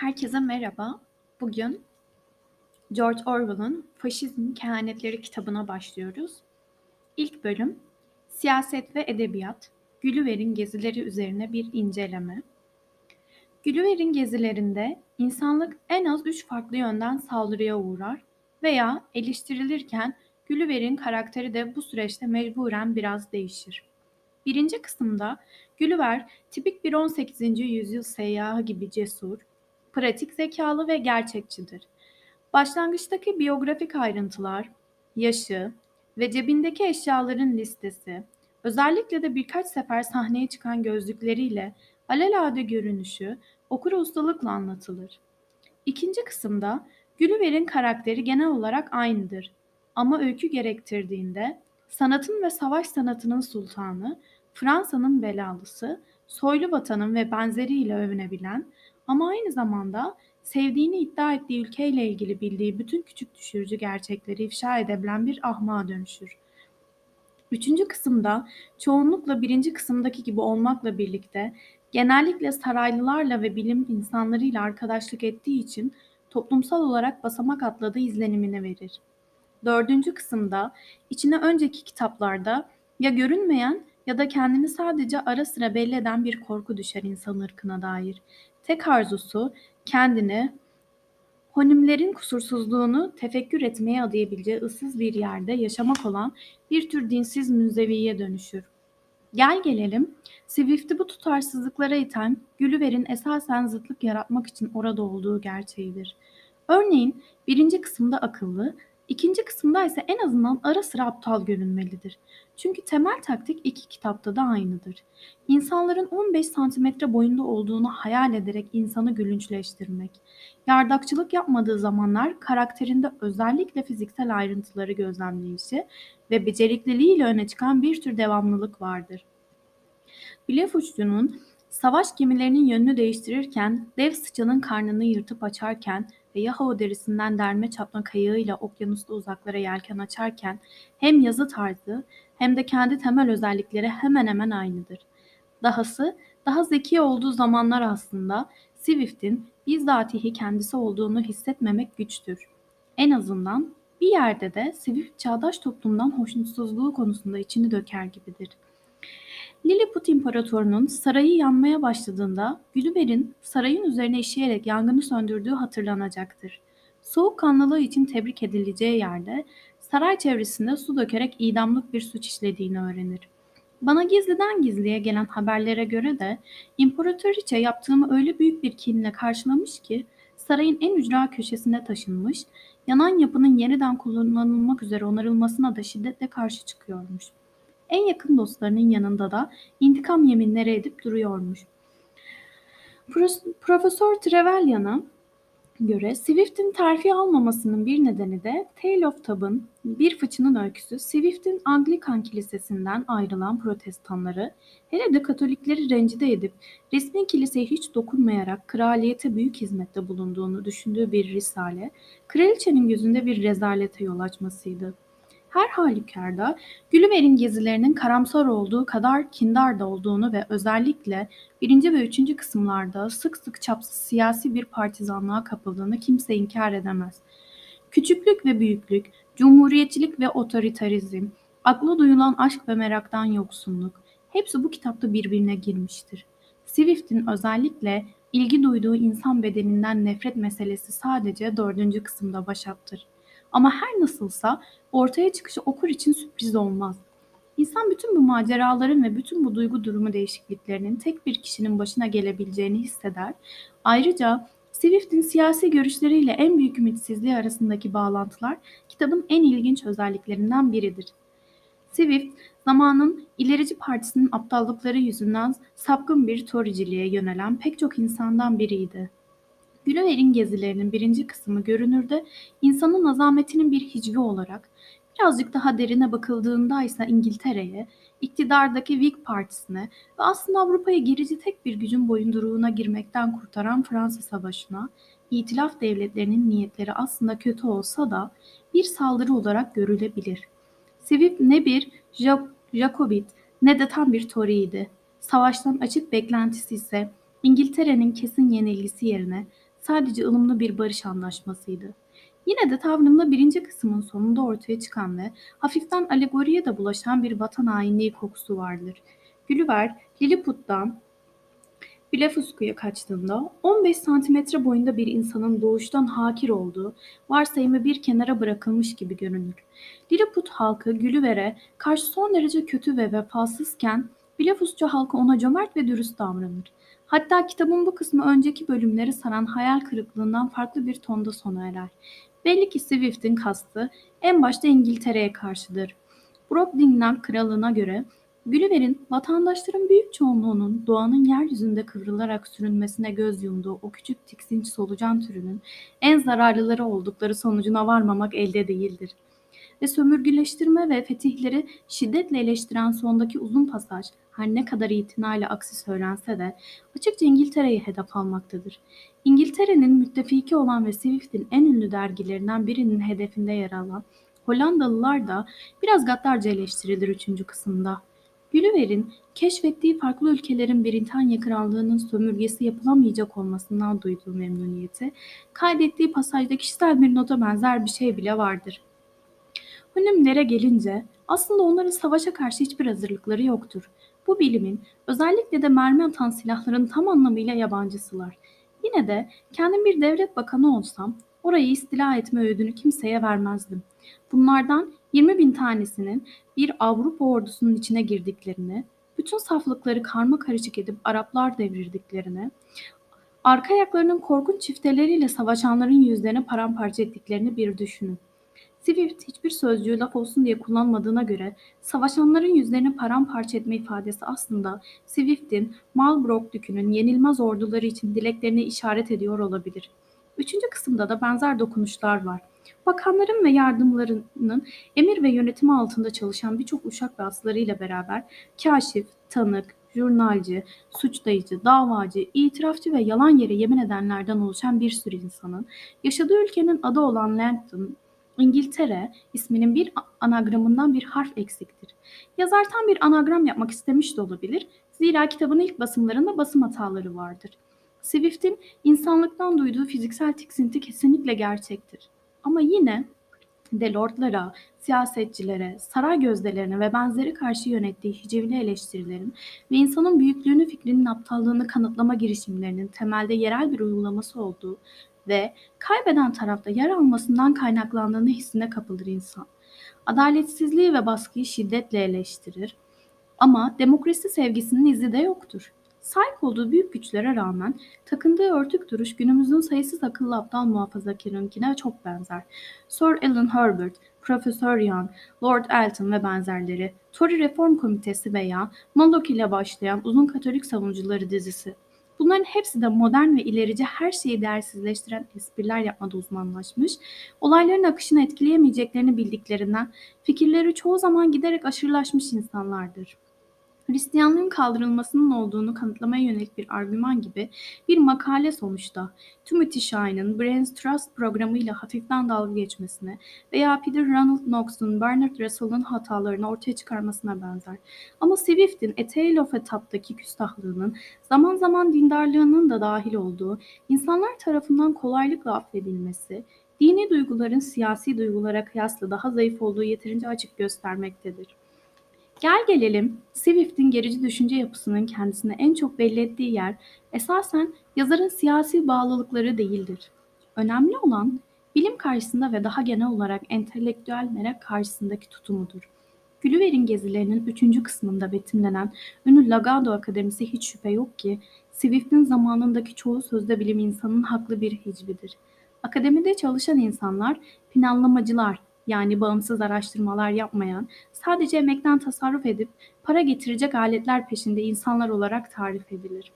Herkese merhaba. Bugün George Orwell'ın Faşizm Kehanetleri kitabına başlıyoruz. İlk bölüm, Siyaset ve Edebiyat, Gulliver'in gezileri üzerine bir inceleme. Gulliver'in gezilerinde insanlık en az 3 farklı yönden saldırıya uğrar veya eleştirilirken Gulliver'in karakteri de bu süreçte mecburen biraz değişir. Birinci kısımda Gulliver tipik bir 18. yüzyıl seyyahı gibi cesur, pratik zekalı ve gerçekçidir. Başlangıçtaki biyografik ayrıntılar, yaşı ve cebindeki eşyaların listesi, özellikle de birkaç sefer sahneye çıkan gözlükleriyle alelade görünüşü okura ustalıkla anlatılır. İkinci kısımda Gulliver'in karakteri genel olarak aynıdır. Ama öykü gerektirdiğinde sanatın ve savaş sanatının sultanı, Fransa'nın belalısı, soylu vatanın ve benzeriyle övünebilen ama aynı zamanda sevdiğini iddia ettiği ülkeyle ilgili bildiği bütün küçük düşürücü gerçekleri ifşa edebilen bir ahmağa dönüşür. Üçüncü kısımda çoğunlukla birinci kısımdaki gibi olmakla birlikte genellikle saraylılarla ve bilim insanlarıyla arkadaşlık ettiği için toplumsal olarak basamak atladığı izlenimini verir. Dördüncü kısımda içine önceki kitaplarda ya görünmeyen ya da kendini sadece ara sıra belli eden bir korku düşer insan ırkına dair. Tek arzusu kendini honimlerin kusursuzluğunu tefekkür etmeye adayabileceği ıssız bir yerde yaşamak olan bir tür dinsiz münzeviye dönüşür. Gel gelelim, Swift'i bu tutarsızlıklara iten Gulliver'in esasen zıtlık yaratmak için orada olduğu gerçeğidir. Örneğin birinci kısımda akıllı, ikinci kısımda ise en azından ara sıra aptal görünmelidir. Çünkü temel taktik iki kitapta da aynıdır. İnsanların 15 santimetre boyunda olduğunu hayal ederek insanı gülünçleştirmek. Yardakçılık yapmadığı zamanlar karakterinde özellikle fiziksel ayrıntıları gözlemleyişi ve becerikliliğiyle öne çıkan bir tür devamlılık vardır. Blef uççunun savaş gemilerinin yönünü değiştirirken, dev sıçanın karnını yırtıp açarken ve Yahoo derisinden derme çatma kayığıyla okyanusta uzaklara yelken açarken hem yazı tarzı hem de kendi temel özellikleri hemen hemen aynıdır. Dahası daha zeki olduğu zamanlar aslında Swift'in bizzatihi kendisi olduğunu hissetmemek güçtür. En azından bir yerde de Swift çağdaş toplumdan hoşnutsuzluğu konusunda içini döker gibidir. Lilliput İmparatorunun sarayı yanmaya başladığında Gulliver'in sarayın üzerine işeyerek yangını söndürdüğü hatırlanacaktır. Soğukkanlılığı için tebrik edileceği yerde saray çevresinde su dökerek idamlık bir suç işlediğini öğrenir. Bana gizliden gizliye gelen haberlere göre de imparatoriçe yaptığımı öyle büyük bir kinle karşılamış ki sarayın en ücra köşesine taşınmış, yanan yapının yeniden kullanılmak üzere onarılmasına da şiddetle karşı çıkıyormuş. En yakın dostlarının yanında da intikam yeminleri edip duruyormuş. Profesör Trevelyan'a göre Swift'in terfi almamasının bir nedeni de Tale of Tub'ın Bir Fıçının Öyküsü, Swift'in Anglikan Kilisesi'nden ayrılan protestanları, hele de Katolikleri rencide edip resmi kiliseye hiç dokunmayarak kraliyete büyük hizmette bulunduğunu düşündüğü bir risale, kraliçenin gözünde bir rezalete yol açmasıydı. Her halükarda Gulliver'in gezilerinin karamsar olduğu kadar kindar da olduğunu ve özellikle birinci ve üçüncü kısımlarda sık sık çapsız siyasi bir partizanlığa kapıldığını kimse inkar edemez. Küçüklük ve büyüklük, cumhuriyetçilik ve otoriterizm, akla duyulan aşk ve meraktan yoksunluk, hepsi bu kitapta birbirine girmiştir. Swift'in özellikle ilgi duyduğu insan bedeninden nefret meselesi sadece dördüncü kısımda başattır. Ama her nasılsa ortaya çıkışı okur için sürpriz olmaz. İnsan bütün bu maceraların ve bütün bu duygu durumu değişikliklerinin tek bir kişinin başına gelebileceğini hisseder. Ayrıca Swift'in siyasi görüşleriyle en büyük ümitsizliği arasındaki bağlantılar kitabın en ilginç özelliklerinden biridir. Swift, zamanın ilerici partisinin aptallıkları yüzünden sapkın bir Toryciliğe yönelen pek çok insandan biriydi. Gulliver'in gezilerinin birinci kısmı görünürde insanın azametinin bir hicvi olarak, birazcık daha derine bakıldığında ise İngiltere'ye, iktidardaki Whig Partisi'ne ve aslında Avrupa'yı gerici tek bir gücün boyunduruğuna girmekten kurtaran Fransa Savaşı'na, İtilaf devletlerinin niyetleri aslında kötü olsa da bir saldırı olarak görülebilir. Swift ne bir Jacobit ne de tam bir Tory'ydi. Savaştan açık beklentisi ise İngiltere'nin kesin yenilgisi yerine sadece ılımlı bir barış anlaşmasıydı. Yine de tavrımda birinci kısmın sonunda ortaya çıkan ve hafiften alegoriye de bulaşan bir vatan hainliği kokusu vardır. Gulliver, Lilliput'tan Blefuscu'ya kaçtığında 15 santimetre boyunda bir insanın doğuştan hakir olduğu varsayımı bir kenara bırakılmış gibi görünür. Lilliput halkı Gulliver'e karşı son derece kötü ve vefasızken Blefuscu halkı ona cömert ve dürüst davranır. Hatta kitabın bu kısmı önceki bölümleri saran hayal kırıklığından farklı bir tonda sona erer. Belli ki Swift'in kastı en başta İngiltere'ye karşıdır. Brobdingnag kralına göre Gulliver'in vatandaşların büyük çoğunluğunun doğanın yeryüzünde kıvrılarak sürünmesine göz yumduğu o küçük tiksinç solucan türünün en zararlıları oldukları sonucuna varmamak elde değildir. Ve sömürgüleştirme ve fetihleri şiddetle eleştiren sondaki uzun pasaj her ne kadar itinayla aksi söylense de açıkça İngiltere'yi hedef almaktadır. İngiltere'nin müttefiki olan ve Swift'in en ünlü dergilerinden birinin hedefinde yer alan Hollandalılar da biraz gaddarca eleştirilir üçüncü kısımda. Gulliver'in keşfettiği farklı ülkelerin Britanya Krallığı'nın sömürgesi yapılamayacak olmasından duyduğu memnuniyeti, kaydettiği pasajda kişisel bir nota benzer bir şey bile vardır. Hunimlere gelince aslında onların savaşa karşı hiçbir hazırlıkları yoktur. Bu bilimin, özellikle de mermi atan silahların tam anlamıyla yabancısılar. Yine de kendim bir devlet bakanı olsam orayı istila etme öğüdünü kimseye vermezdim. Bunlardan 20 bin tanesinin bir Avrupa ordusunun içine girdiklerini, bütün saflıkları karma karışık edip Araplar devirdiklerini, arka ayaklarının korkunç çifteleriyle savaşanların yüzlerini paramparça ettiklerini bir düşünün. Swift hiçbir sözcüğü laf olsun diye kullanmadığına göre savaşanların yüzlerini paramparça etme ifadesi aslında Swift'in Marlborough Dükü'nün yenilmez orduları için dileklerini işaret ediyor olabilir. Üçüncü kısımda da benzer dokunuşlar var. Bakanların ve yardımlarının emir ve yönetimi altında çalışan birçok uşak ve aslarıyla beraber kaşif, tanık, jurnalci, suçlayıcı, davacı, itirafçı ve yalan yere yemin edenlerden oluşan bir sürü insanın yaşadığı ülkenin adı olan Langton, İngiltere isminin bir anagramından bir harf eksiktir. Yazar tam bir anagram yapmak istemiş de olabilir. Zira kitabın ilk basımlarında basım hataları vardır. Swift'in insanlıktan duyduğu fiziksel tiksinti kesinlikle gerçektir. Ama yine de lordlara, siyasetçilere, saray gözdelerine ve benzeri karşı yönettiği hicivli eleştirilerin ve insanın büyüklüğünü fikrinin aptallığını kanıtlama girişimlerinin temelde yerel bir uygulaması olduğu ve kaybeden tarafta yer almasından kaynaklandığını hissine kapılır insan. Adaletsizliği ve baskıyı şiddetle eleştirir ama demokrasi sevgisinin izi de yoktur. Sahip olduğu büyük güçlere rağmen takındığı örtük duruş günümüzün sayısız akıllı aptal muhafazakarınkine çok benzer. Sir Alan Herbert, Profesör Young, Lord Elton ve benzerleri, Tory Reform Komitesi veya Mallock ile başlayan Uzun Katolik Savunucuları dizisi. Bunların hepsi de modern ve ilerici her şeyi değersizleştiren espriler yapmada uzmanlaşmış, olayların akışını etkileyemeyeceklerini bildiklerinden fikirleri çoğu zaman giderek aşırılaşmış insanlardır. Hristiyanlığın kaldırılmasının olduğunu kanıtlamaya yönelik bir argüman gibi bir makale sonuçta Timothy Shine'ın Brains Trust programıyla hafiften dalga geçmesine veya Peter Ronald Knox'un Bernard Russell'ın hatalarını ortaya çıkarmasına benzer. Ama Swift'in A Tale of a Tap'taki küstahlığının zaman zaman dindarlığının da dahil olduğu, insanlar tarafından kolaylıkla affedilmesi, dini duyguların siyasi duygulara kıyasla daha zayıf olduğu yeterince açık göstermektedir. Gel gelelim, Swift'in gerici düşünce yapısının kendisini en çok belli ettiği yer esasen yazarın siyasi bağlılıkları değildir. Önemli olan bilim karşısında ve daha genel olarak entelektüel merak karşısındaki tutumudur. Gulliver'in gezilerinin üçüncü kısmında betimlenen ünlü Lagado Akademisi hiç şüphe yok ki Swift'in zamanındaki çoğu sözde bilim insanının haklı bir hicvidir. Akademide çalışan insanlar planlamacılar, yani bağımsız araştırmalar yapmayan, sadece emekten tasarruf edip para getirecek aletler peşinde insanlar olarak tarif edilir.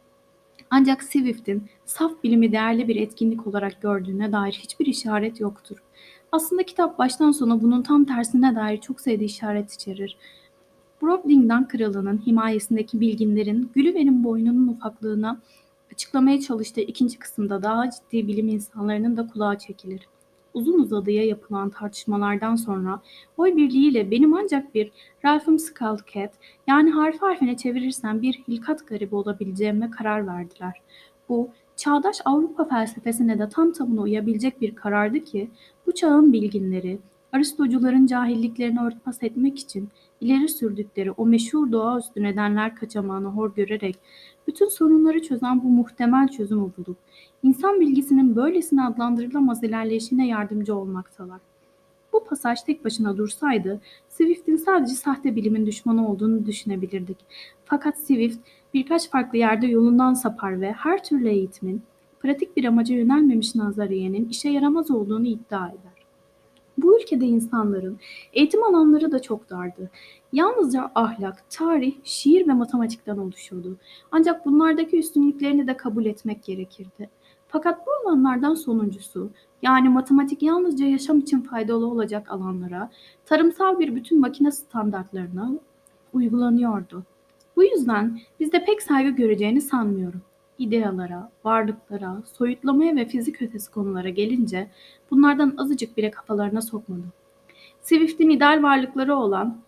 Ancak Swift'in saf bilimi değerli bir etkinlik olarak gördüğüne dair hiçbir işaret yoktur. Aslında kitap baştan sona bunun tam tersine dair çok sayıda işaret içerir. Brobdingnag kralının himayesindeki bilginlerin Gulliver'in boynunun ufaklığına açıklamaya çalıştığı ikinci kısımda daha ciddi bilim insanlarının da kulağı çekilir. Uzun uzadıya yapılan tartışmalardan sonra oy birliğiyle benim ancak bir Ralph'ım Skullcat, yani harfi harfine çevirirsen bir hilkat garibi olabileceğime karar verdiler. Bu Çağdaş Avrupa felsefesine de tam tamına uyabilecek bir karardı ki bu çağın bilginleri, Aristocuların cahilliklerini örtbas etmek için ileri sürdükleri o meşhur doğaüstü nedenler kaçamağını hor görerek bütün sorunları çözen bu muhtemel çözümü bulup insan bilgisinin böylesine adlandırılamaz ilerleyişine yardımcı olmaktalar. Bu pasaj tek başına dursaydı, Swift'in sadece sahte bilimin düşmanı olduğunu düşünebilirdik. Fakat Swift birkaç farklı yerde yolundan sapar ve her türlü eğitimin, pratik bir amaca yönelmemiş nazariyenin işe yaramaz olduğunu iddia eder. Bu ülkede insanların eğitim alanları da çok dardı. Yalnızca ahlak, tarih, şiir ve matematikten oluşuyordu. Ancak bunlardaki üstünlüklerini de kabul etmek gerekirdi. Fakat bu alanlardan sonuncusu, yani matematik yalnızca yaşam için faydalı olacak alanlara, tarımsal bir bütün makine standartlarına uygulanıyordu. Bu yüzden bizde pek saygı göreceğini sanmıyorum. İdealara, varlıklara, soyutlamaya ve fizik ötesi konulara gelince bunlardan azıcık bile kafalarına sokmadı. Swift'in ideal varlıkları olan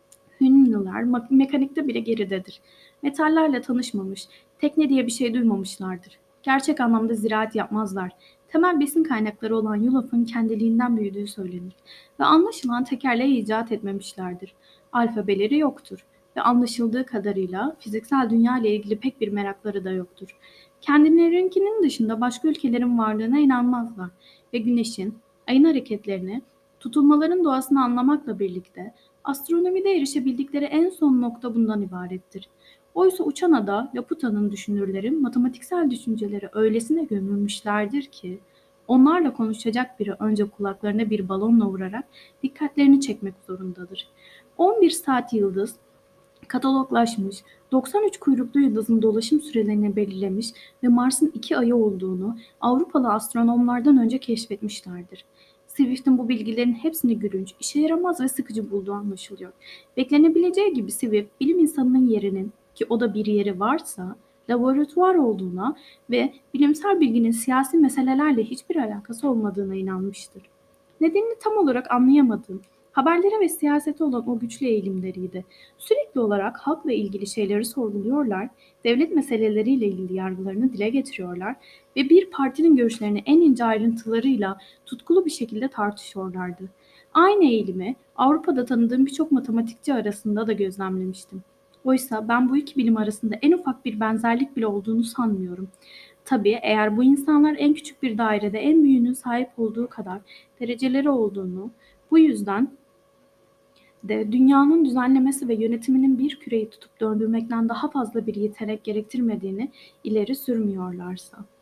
Hünlüler mekanikte bile geridedir. Metallerle tanışmamış, tekne diye bir şey duymamışlardır. Gerçek anlamda ziraat yapmazlar. Temel besin kaynakları olan yulafın kendiliğinden büyüdüğü söylenir. Ve anlaşılan tekerleği icat etmemişlerdir. Alfabeleri yoktur. Ve anlaşıldığı kadarıyla fiziksel dünya ile ilgili pek bir merakları da yoktur. Kendilerinkinin dışında başka ülkelerin varlığına inanmazlar. Ve güneşin, ayın hareketlerini, tutulmaların doğasını anlamakla birlikte astronomide erişebildikleri en son nokta bundan ibarettir. Oysa uçan ada, Laputa'nın düşünürleri matematiksel düşünceleri öylesine gömülmüşlerdir ki onlarla konuşacak biri önce kulaklarına bir balonla vurarak dikkatlerini çekmek zorundadır. 11 saat yıldız, kataloglaşmış, 93 kuyruklu yıldızın dolaşım sürelerini belirlemiş ve Mars'ın 2 ayı olduğunu Avrupalı astronomlardan önce keşfetmişlerdir. Swift'in bu bilgilerin hepsini gülünç, işe yaramaz ve sıkıcı bulduğu anlaşılıyor. Beklenebileceği gibi Swift, bilim insanının yerinin, ki o da bir yeri varsa, laboratuvar olduğuna ve bilimsel bilginin siyasi meselelerle hiçbir alakası olmadığına inanmıştır. Nedenini tam olarak anlayamadığım, haberlere ve siyasete olan o güçlü eğilimleriydi. Sürekli olarak halkla ilgili şeyleri sorguluyorlar, devlet meseleleriyle ilgili yargılarını dile getiriyorlar ve bir partinin görüşlerini en ince ayrıntılarıyla tutkulu bir şekilde tartışıyorlardı. Aynı eğilimi Avrupa'da tanıdığım birçok matematikçi arasında da gözlemlemiştim. Oysa ben bu iki bilim arasında en ufak bir benzerlik bile olduğunu sanmıyorum. Tabii eğer bu insanlar en küçük bir dairede en büyüğünün sahip olduğu kadar dereceleri olduğunu, bu yüzden de dünyanın düzenlemesi ve yönetiminin bir küreyi tutup döndürmekten daha fazla bir yetenek gerektirmediğini ileri sürmüyorlarsa.